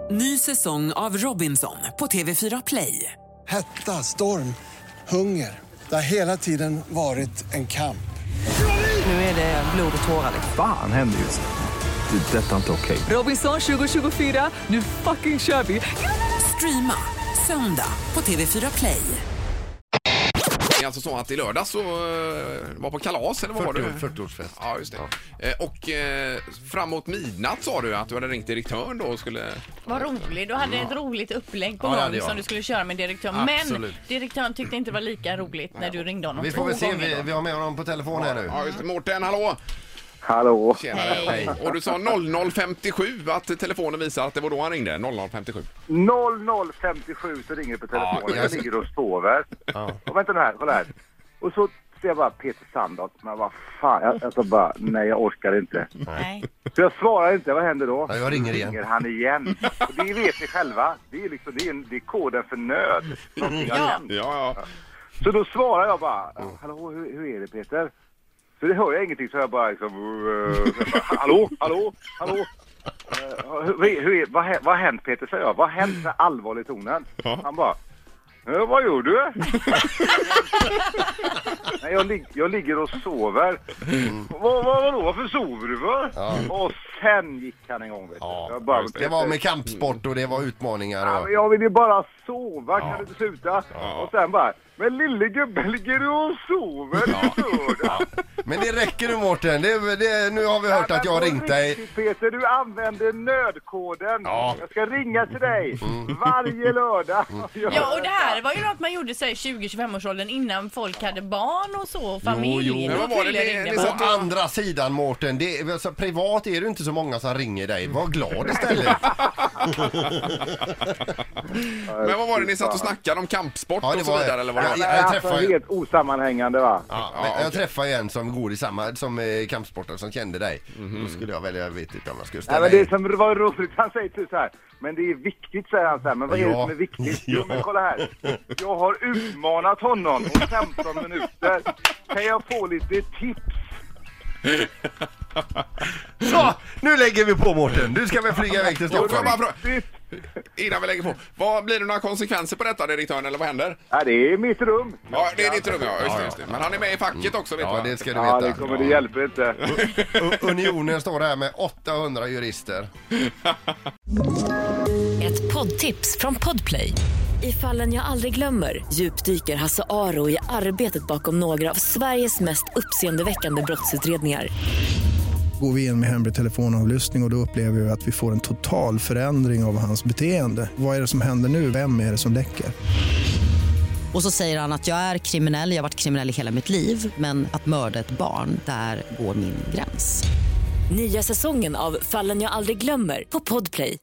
Ny säsong av Robinson på TV4 Play. Hetta, storm, hunger. Det har hela tiden varit en kamp. Nu är det blod och tårar. Fan händer just nu. Det. Detta är inte okej. Robinson 2024, nu fucking kör vi. Streama söndag på TV4 Play. Det är alltså så att i lördag så var på kalas eller vad var det? 40-årsfest. Ja, just det. Och framåt midnatt sa du att du hade ringt direktören då och skulle... Vad roligt, du hade ett roligt upplägg på Ja, gång som du skulle köra med direktören. Absolut. Men direktören tyckte inte det var lika roligt när du ringde honom. Vi får väl se, vi har med honom på telefon här nu. Ja, just det. Mårten, hallå! Hallå. Tjena. Hej. Och du sa 0057 att telefonen visar att det var då han ringde. 0057. 0057 så ringer det på telefonen. Jag ligger och sover. Och vänta nu här, kolla här. Och så ser jag bara Peter Sandholt. Men vad fan, jag bara, nej jag orkar inte. Nej. Så jag svarar inte, vad händer då? Ja, jag ringer igen. Ringer han igen. Och det vet ni själva. Det är liksom, det är koden för nöd. Ja. Så då svarar jag bara, hallå, hur är det Peter? Så det hör jag ingenting, så jag bara liksom, hallå? Vad har hänt Peter, säger jag. Vad har hänt med allvarlig tonen? Ja. Han bara, vad gjorde du? Nej, jag ligger och sover. Vadå? Varför sover du för? Ja. Och sen gick han en gång, vet du. Ja, Jag bara, det var med kampsport och det var utmaningar. Ja, Och... men jag vill ju bara sova, kan du inte sluta? Och sen bara, men lille gubben, ligger du och sover? Ja. Men det räcker nu Mårten, nu har vi hört att jag har ringt dig. Peter, du använder nödkoden. Ja. Jag ska ringa till dig varje lördag. Ja, och det här var ju något man gjorde sig i 20-25-årsåldern innan folk hade barn och så, familj. Jo. Men vad var det ringde ni man. sa? Å andra sidan Mårten, alltså, privat är det inte så många som ringer dig. Var glad istället. Men vad var det ni satt och snackade om? Kampsport och så vidare eller vad det var? Jag Alltså, träffade helt osammanhängande va? Ja, men jag träffade en som går i samma som kampsportare som kände dig. Då skulle jag välja, jag vet inte om jag skulle ställa Nej, men det som var roligt, han säger typ så här, men det är viktigt, säger han så här, men vad är det som är viktigt? Jo, men kolla här, jag har utmanat honom om 15 minuter, kan jag få lite tips? Så, nu lägger vi på Mårten. Du ska väl flyga iväg till Får jag Stockholm. bara fråga, innan vi lägger på, blir det några konsekvenser på detta direktören eller vad händer? Ja, det är mitt rum. Ja, det är ditt rum, ja, just det. Men han är med i facket också, vet du Ja, va? det ska du Ja, det veta. kommer, det hjälper inte. Unionen står här med 800 jurister. Ett poddtips från Podplay. I Fallen jag aldrig glömmer djupdyker Hasse Aro i arbetet bakom några av Sveriges mest uppseendeväckande brottsutredningar. Går vi in med hemlig telefonavlyssning och då upplever vi att vi får en total förändring av hans beteende. Vad är det som händer nu? Vem är det som läcker? Och så säger han att jag är kriminell, jag har varit kriminell i hela mitt liv. Men att mörda ett barn, där går min gräns. Nya säsongen av Fallen jag aldrig glömmer på Podplay.